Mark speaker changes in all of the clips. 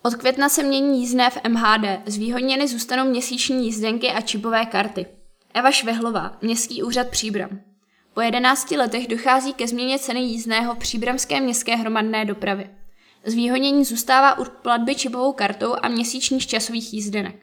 Speaker 1: Od května se mění jízdné v MHD, zvýhodněny zůstanou měsíční jízdenky a čipové karty. Eva Švehlová, Městský úřad Příbram. Po 11 letech dochází ke změně ceny jízdného v příbramské městské hromadné dopravě. Zvýhodnění zůstává u platby čipovou kartou a měsíčních časových jízdenek.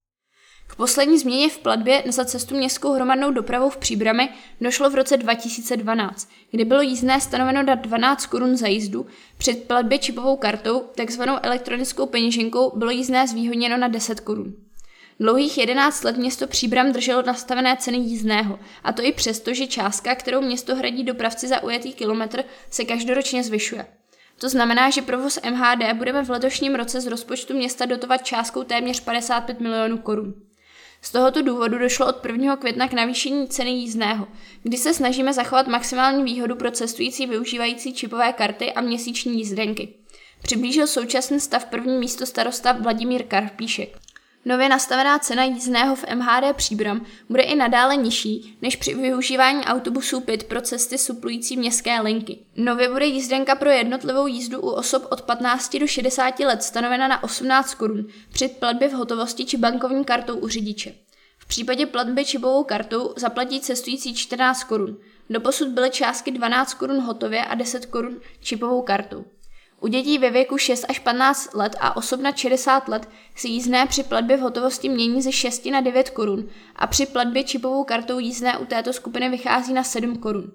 Speaker 1: K poslední změně v platbě za cestu městskou hromadnou dopravou v Příbrami došlo v roce 2012, kdy bylo jízdné stanoveno na 12 korun za jízdu, při platbě čipovou kartou, takzvanou elektronickou peněženkou, bylo jízdné zvýhodněno na 10 korun. Dlouhých 11 let město Příbram drželo nastavené ceny jízdného, a to i přesto, že částka, kterou město hradí dopravci za ujetý kilometr, se každoročně zvyšuje. To znamená, že provoz MHD budeme v letošním roce z rozpočtu města dotovat částkou téměř 55 milionů korun. Z tohoto důvodu došlo od 1. května k navýšení ceny jízdného, kdy se snažíme zachovat maximální výhodu pro cestující využívající čipové karty a měsíční jízdenky. Přiblížil současný stav první místostarosta Vladimír Karpíšek. Nově nastavená cena jízdného v MHD Příbram bude i nadále nižší než při využívání autobusů PIT pro cesty suplující městské linky. Nově bude jízdenka pro jednotlivou jízdu u osob od 15 do 60 let stanovena na 18 korun při platbě v hotovosti či bankovní kartou u řidiče. V případě platby čipovou kartou zaplatí cestující 14 korun. Doposud byly částky 12 korun hotově a 10 korun čipovou kartou. U dětí ve věku 6 až 15 let a osob nad 60 let se jízdné při platbě v hotovosti mění ze 6 na 9 korun a při platbě čipovou kartou jízdné u této skupiny vychází na 7 korun.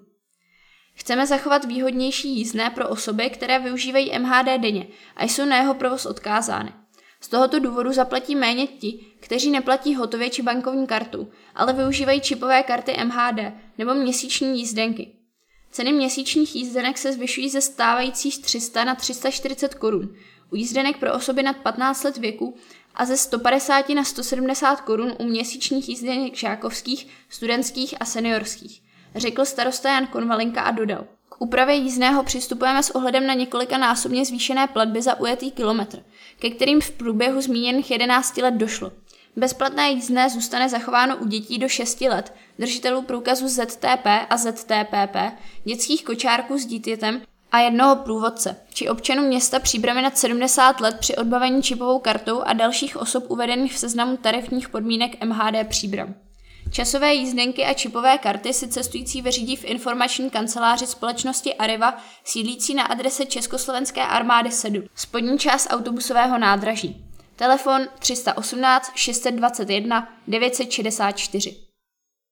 Speaker 1: Chceme zachovat výhodnější jízdné pro osoby, které využívají MHD denně a jsou na jeho provoz odkázány. Z tohoto důvodu zaplatí méně ti, kteří neplatí hotově či bankovní kartou, ale využívají čipové karty MHD nebo měsíční jízdenky. Ceny měsíčních jízdenek se zvyšují ze stávajících 300 na 340 korun, u jízdenek pro osoby nad 15 let věku a ze 150 na 170 korun u měsíčních jízdenek žákovských, studentských a seniorských, řekl starosta Jan Konvalinka a dodal. K úpravě jízdného přistupujeme s ohledem na několikanásobně zvýšené platby za ujetý kilometr, ke kterým v průběhu zmíněných 11 let došlo. Bezplatné jízdné zůstane zachováno u dětí do 6 let, držitelů průkazu ZTP a ZTPP, dětských kočárků s dítětem a jednoho průvodce, či občanů města Příbramy nad 70 let při odbavení čipovou kartou a dalších osob uvedených v seznamu tarifních podmínek MHD Příbram. Časové jízdenky a čipové karty si cestující vyřídí v informační kanceláři společnosti Arriva, sídlící na adrese Československé armády 7, spodní část autobusového nádraží. Telefon 318 621 964.